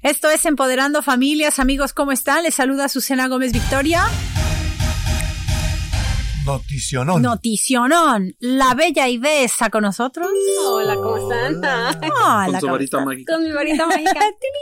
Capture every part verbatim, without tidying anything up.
Esto es Empoderando Familias. Amigos, ¿cómo están? Les saluda Susana Gómez Victoria. Noticionón. Noticionón. La bella Ivette está con nosotros. Hola, ¿cómo están? Hola, con su varita mágica. Con mi varita mágica.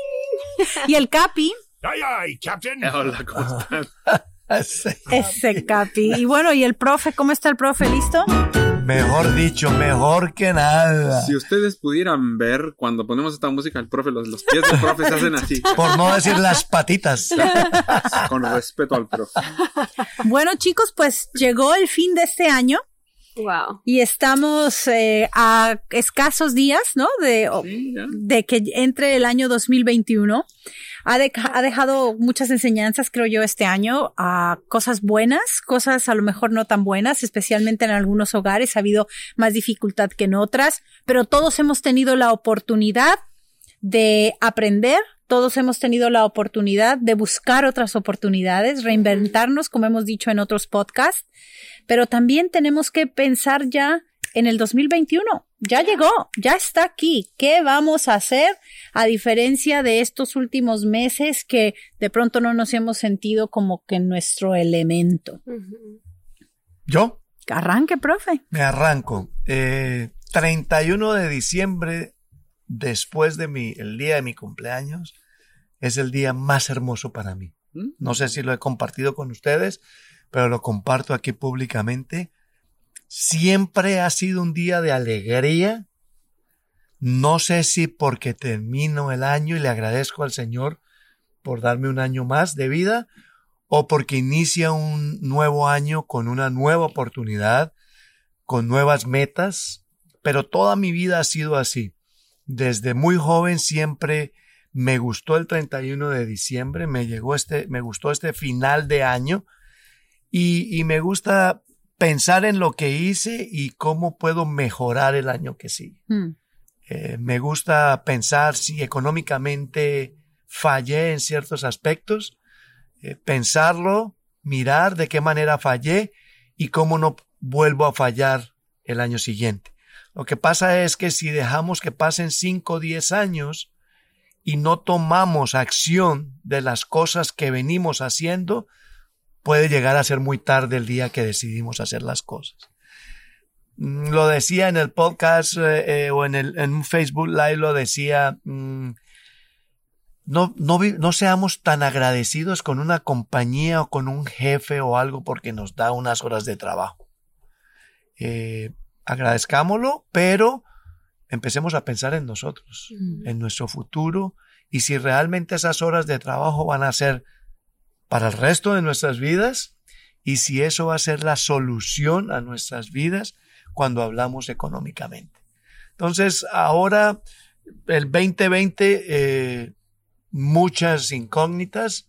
Y el Capi. ¡Ay, ay, Captain! Hola, ¿cómo están? Ese, Ese Capi. Y bueno, ¿y el profe? ¿Cómo está el profe? ¿Listo? Mejor dicho, mejor que nada. Si ustedes pudieran ver cuando ponemos esta música, el profe, los, los pies del profe se hacen así. Por no decir las patitas. Con respeto al profe. Bueno, chicos, pues llegó el fin de este año. Wow. Y estamos eh, a escasos días, ¿no? De, Sí, ya. de que entre el año dos mil veintiuno. Ha, de, ha dejado muchas enseñanzas, creo yo, este año, a cosas buenas, cosas a lo mejor no tan buenas, especialmente en algunos hogares ha habido más dificultad que en otras, pero todos hemos tenido la oportunidad de aprender, todos hemos tenido la oportunidad de buscar otras oportunidades, reinventarnos, como hemos dicho en otros podcasts, pero también tenemos que pensar ya en el dos mil veintiuno. Ya llegó, ya está aquí. ¿Qué vamos a hacer? A diferencia de estos últimos meses que de pronto no nos hemos sentido como que en nuestro elemento. Uh-huh. ¿Yo? Arranque, profe. Me arranco. Eh, treinta y uno de diciembre, después de mi, el día de mi cumpleaños, es el día más hermoso para mí. No sé si lo he compartido con ustedes, pero lo comparto aquí públicamente. Siempre ha sido un día de alegría. No sé si porque termino el año y le agradezco al Señor por darme un año más de vida o porque inicia un nuevo año con una nueva oportunidad, con nuevas metas. Pero toda mi vida ha sido así. Desde muy joven siempre me gustó el treinta y uno de diciembre, me llegó este, me gustó este final de año y, y me gusta pensar en lo que hice y cómo puedo mejorar el año que sigue. Mm. Eh, me gusta pensar si económicamente fallé en ciertos aspectos, eh, pensarlo, mirar de qué manera fallé y cómo no vuelvo a fallar el año siguiente. Lo que pasa es que si dejamos que pasen cinco o diez años y no tomamos acción de las cosas que venimos haciendo, puede llegar a ser muy tarde el día que decidimos hacer las cosas. Lo decía en el podcast eh, eh, o en, el, en un Facebook Live, lo decía, mmm, no, no, no seamos tan agradecidos con una compañía o con un jefe o algo porque nos da unas horas de trabajo. Eh, agradezcámoslo, pero empecemos a pensar en nosotros, mm. en nuestro futuro y si realmente esas horas de trabajo van a ser para el resto de nuestras vidas y si eso va a ser la solución a nuestras vidas cuando hablamos económicamente. Entonces, ahora el veinte veinte, eh, muchas incógnitas,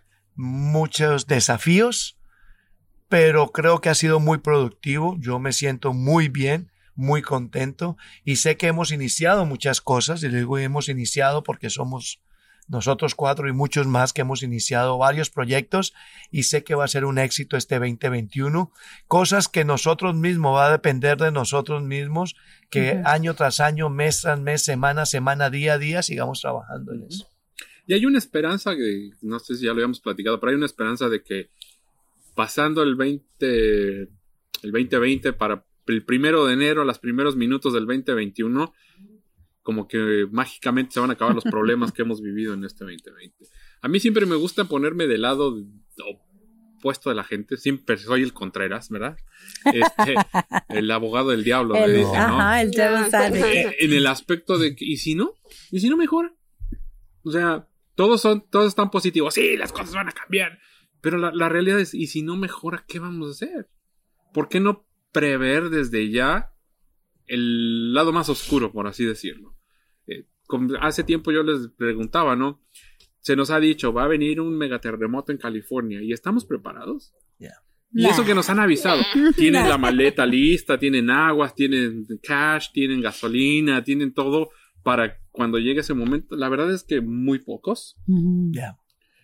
muchos desafíos, pero creo que ha sido muy productivo. Yo me siento muy bien, muy contento y sé que hemos iniciado muchas cosas y digo hemos iniciado porque somos nosotros cuatro y muchos más que hemos iniciado varios proyectos y sé que va a ser un éxito este veinte veintiuno. Cosas que nosotros mismos, va a depender de nosotros mismos, que uh-huh. año tras año, mes tras mes, semana a semana, día a día, sigamos trabajando en eso. Y hay una esperanza, que no sé si ya lo habíamos platicado, pero hay una esperanza de que pasando el veinte, el veinte veinte para el primero de enero, los primeros minutos del veinte veintiuno, como que mágicamente se van a acabar los problemas que hemos vivido en este veinte veinte. A mí siempre me gusta ponerme del lado opuesto de la gente. Siempre soy el Contreras, ¿verdad? Este, el abogado del diablo, el, me dice, ¿no? Ajá, el devil's advocate. En el aspecto de que, ¿y si no? ¿Y si no mejora? O sea, todos son, todos están positivos. Sí, las cosas van a cambiar. Pero la, la realidad es, ¿y si no mejora, qué vamos a hacer? ¿Por qué no prever desde ya el lado más oscuro, por así decirlo? Eh, hace tiempo yo les preguntaba, ¿no? Se nos ha dicho, va a venir un megaterremoto en California, ¿y estamos preparados? Yeah. Y nah. Eso que nos han avisado. Tienen nah. la maleta lista, tienen aguas, tienen cash, tienen gasolina, tienen todo para cuando llegue ese momento. La verdad es que muy pocos. Mm-hmm. Yeah.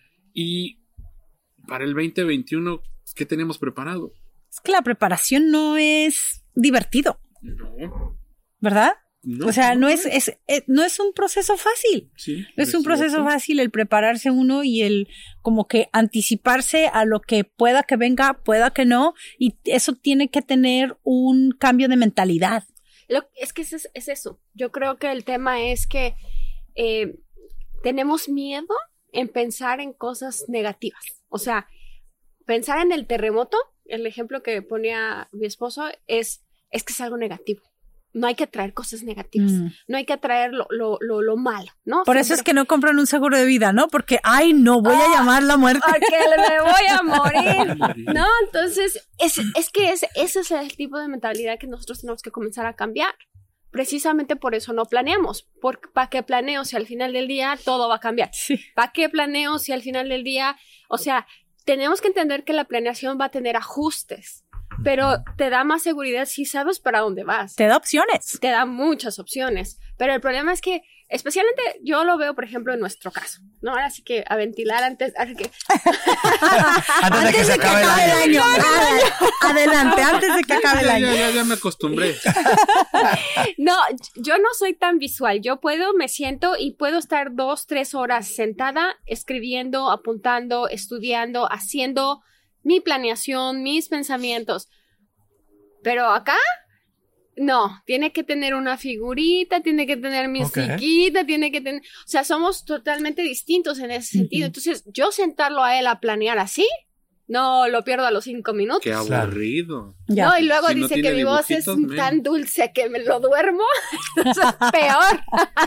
Y para el veinte veintiuno, ¿qué tenemos preparado? Es que la preparación no es divertido. No. ¿Verdad? No, o sea, no, no es, es, es, no es un proceso fácil. Sí, no es un proceso cierto. fácil el prepararse uno y el como que anticiparse a lo que pueda que venga, pueda que no, y eso tiene que tener un cambio de mentalidad. Lo, es que es, es eso. Yo creo que el tema es que eh, tenemos miedo en pensar en cosas negativas. O sea, pensar en el terremoto, el ejemplo que ponía mi esposo, es, es que es algo negativo. No hay que traer cosas negativas. Mm. No hay que traer lo, lo, lo, lo malo, ¿no? Por Siempre. Eso es que no compran un seguro de vida, ¿no? Porque, ay, no, voy oh, a llamar la muerte. Porque me voy a morir. No, entonces, es, es que es, ese es el tipo de mentalidad que nosotros tenemos que comenzar a cambiar. Precisamente por eso no planeamos. ¿Para qué planeo si al final del día todo va a cambiar? Sí. ¿Para qué planeo si al final del día, o sea, tenemos que entender que la planeación va a tener ajustes, pero te da más seguridad si sabes para dónde vas. Te da opciones. Te da muchas opciones, pero el problema es que, especialmente yo lo veo, por ejemplo, en nuestro caso, ¿no? Ahora sí que a ventilar antes, así que... antes de que antes se de que acabe el año. año. Ah, adelante, antes de que acabe el año. Ya, ya, ya me acostumbré. No, yo no soy tan visual. Yo puedo, me siento y puedo estar dos, tres horas sentada, escribiendo, apuntando, estudiando, haciendo mi planeación, mis pensamientos. Pero acá, no, tiene que tener una figurita, tiene que tener musiquita, okay. tiene que tener... O sea, somos totalmente distintos en ese sentido. Uh-huh. Entonces, yo sentarlo a él a planear así, no, lo pierdo a los cinco minutos. ¡Qué aburrido! Ya. No, y luego si dice no que mi voz es man. tan dulce que me lo duermo. Eso es peor.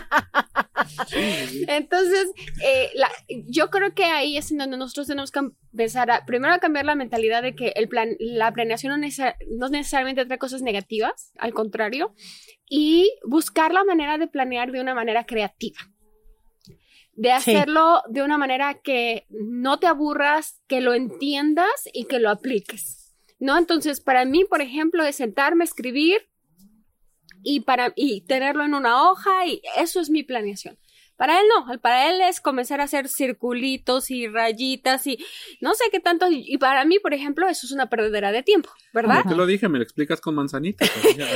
Entonces, eh, la, yo creo que ahí es en donde nosotros tenemos que empezar a, primero a cambiar la mentalidad de que el plan, la planeación no, neces- no necesariamente trae cosas negativas, al contrario, y buscar la manera de planear de una manera creativa. De hacerlo sí. de una manera que no te aburras, que lo entiendas y que lo apliques, ¿no? Entonces, para mí, por ejemplo, es sentarme, escribir y, para, y tenerlo en una hoja, y eso es mi planeación. Para él no, para él es comenzar a hacer circulitos y rayitas y no sé qué tanto, y para mí, por ejemplo, eso es una perdedera de tiempo, ¿verdad? Yo te lo dije, me lo explicas con manzanitas.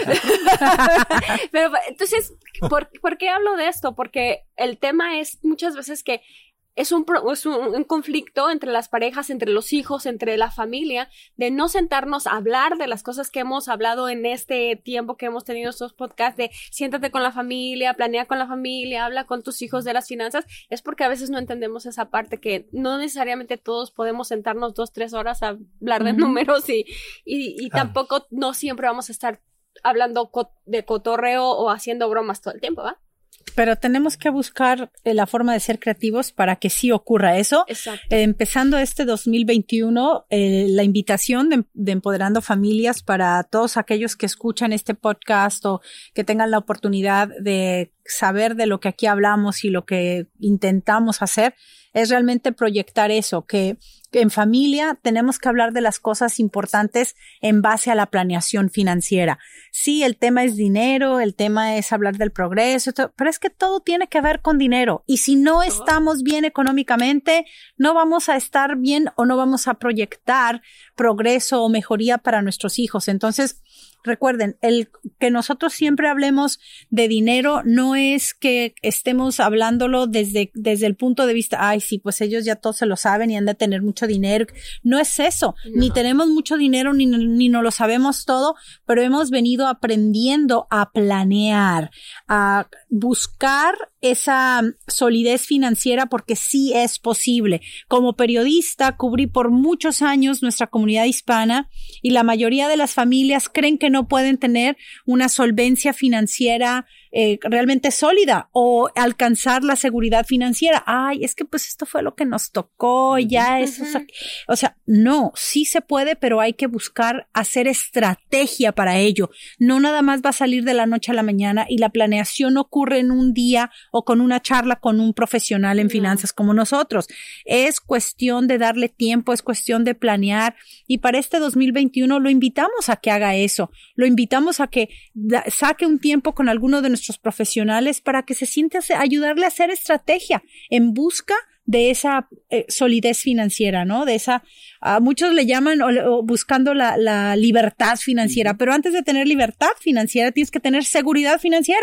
Pero entonces, ¿por, ¿por qué hablo de esto? Porque el tema es muchas veces que es un, es un, un conflicto entre las parejas, entre los hijos, entre la familia, de no sentarnos a hablar de las cosas que hemos hablado en este tiempo que hemos tenido estos podcasts, de siéntate con la familia, planea con la familia, habla con tus hijos de las finanzas. Es porque a veces no entendemos esa parte, que no necesariamente todos podemos sentarnos dos, tres horas a hablar de uh-huh. números y, y, y ah. tampoco no siempre vamos a estar hablando co- de cotorreo o haciendo bromas todo el tiempo, ¿va? Pero tenemos que buscar eh, la forma de ser creativos para que sí ocurra eso. Exacto. Eh, empezando este dos mil veintiuno, eh, la invitación de, de Empoderando Familias para todos aquellos que escuchan este podcast o que tengan la oportunidad de saber de lo que aquí hablamos y lo que intentamos hacer, es realmente proyectar eso, que en familia tenemos que hablar de las cosas importantes en base a la planeación financiera. Sí, el tema es dinero, el tema es hablar del progreso, pero es que todo tiene que ver con dinero. Y si no estamos bien económicamente, no vamos a estar bien o no vamos a proyectar progreso o mejoría para nuestros hijos. Entonces, recuerden, el que nosotros siempre hablemos de dinero no es que estemos hablándolo desde, desde el punto de vista, ay, sí, pues ellos ya todos se lo saben y han de tener mucho dinero. No es eso. No. Ni tenemos mucho dinero, ni, ni no lo sabemos todo, pero hemos venido aprendiendo a planear, a buscar esa solidez financiera, porque sí es posible. Como periodista, cubrí por muchos años nuestra comunidad hispana y la mayoría de las familias creen que no pueden tener una solvencia financiera eh, realmente sólida o alcanzar la seguridad financiera. Ay, es que pues esto fue lo que nos tocó, ya uh-huh. eso. O sea, no, sí se puede, pero hay que buscar hacer estrategia para ello. No nada más va a salir de la noche a la mañana, y la planeación ocurre en un día o con una charla con un profesional en finanzas uh-huh. como nosotros. Es cuestión de darle tiempo, es cuestión de planear, y para este dos mil veintiuno lo invitamos a que haga eso. Lo invitamos a que da, saque un tiempo con alguno de nuestros profesionales para que se siente a ayudarle a hacer estrategia en busca de esa eh, solidez financiera, ¿no? De esa, a muchos le llaman o, o buscando la, la libertad financiera, uh-huh. pero antes de tener libertad financiera tienes que tener seguridad financiera.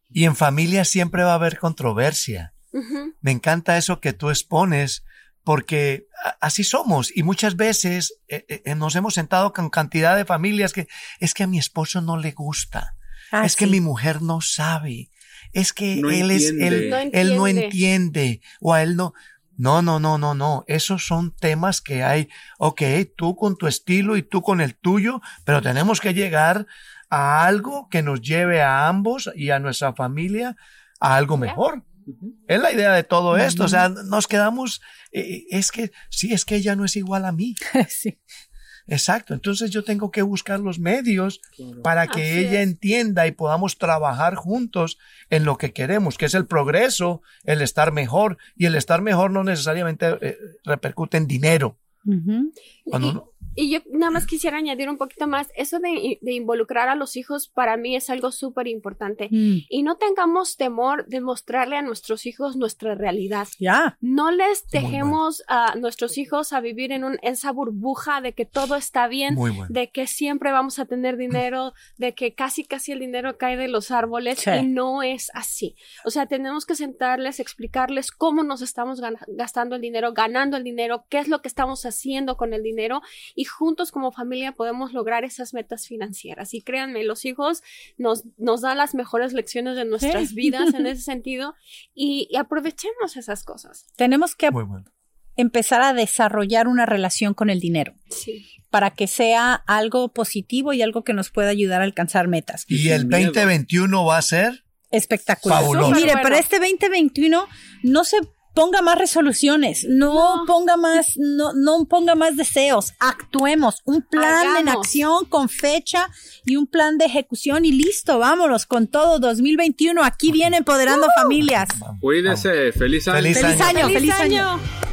Y en familia siempre va a haber controversia. Ujú. Me encanta eso que tú expones, porque así somos. Y muchas veces eh, eh, nos hemos sentado con cantidad de familias que es que a mi esposo no le gusta. Ah, es que sí. mi mujer no sabe. Es que No él es entiende. él, No él no entiende. entiende. O a él no. No, no, no, no, no. Esos son temas que hay. Ok, tú con tu estilo y tú con el tuyo, pero tenemos que llegar a algo que nos lleve a ambos y a nuestra familia a algo mejor. Ujú. Es la idea de todo esto. Ujú. O sea, nos quedamos, eh, es que, sí, es que ella no es igual a mí. Sí. Exacto. Entonces yo tengo que buscar los medios Claro. para que Así ella es. entienda y podamos trabajar juntos en lo que queremos, que es el progreso, el estar mejor. Y el estar mejor no necesariamente eh, repercute en dinero. Ujú. Cuando Y- uno- Y yo nada más quisiera añadir un poquito más, eso de, de involucrar a los hijos para mí es algo súper importante. Mm. Y no tengamos temor de mostrarle a nuestros hijos nuestra realidad. Ya. No les Muy dejemos a nuestros hijos a vivir en un, esa burbuja de que todo está bien, Muy bueno. de que siempre vamos a tener dinero, de que casi casi el dinero cae de los árboles Sí. y no es así. O sea, tenemos que sentarles, explicarles cómo nos estamos gan- gastando el dinero, ganando el dinero, qué es lo que estamos haciendo con el dinero y juntos como familia podemos lograr esas metas financieras. Y créanme, los hijos nos, nos dan las mejores lecciones de nuestras Sí. vidas en ese sentido y, y aprovechemos esas cosas. Tenemos que Muy bueno. empezar a desarrollar una relación con el dinero Sí. para que sea algo positivo y algo que nos pueda ayudar a alcanzar metas. Y sin el miedo. veinte veintiuno va a ser Espectacular. Fabuloso. Y mire, Súper para bueno. este veinte veintiuno no se ponga más resoluciones, no, No. ponga más, no, no ponga más deseos, actuemos, un plan en Hagamos. acción con fecha y un plan de ejecución y listo, vámonos con todo dos mil veintiuno, aquí viene Empoderando Familias. Vamos, Cuídese. Feliz año. Feliz Feliz año, ¡Feliz feliz año. año!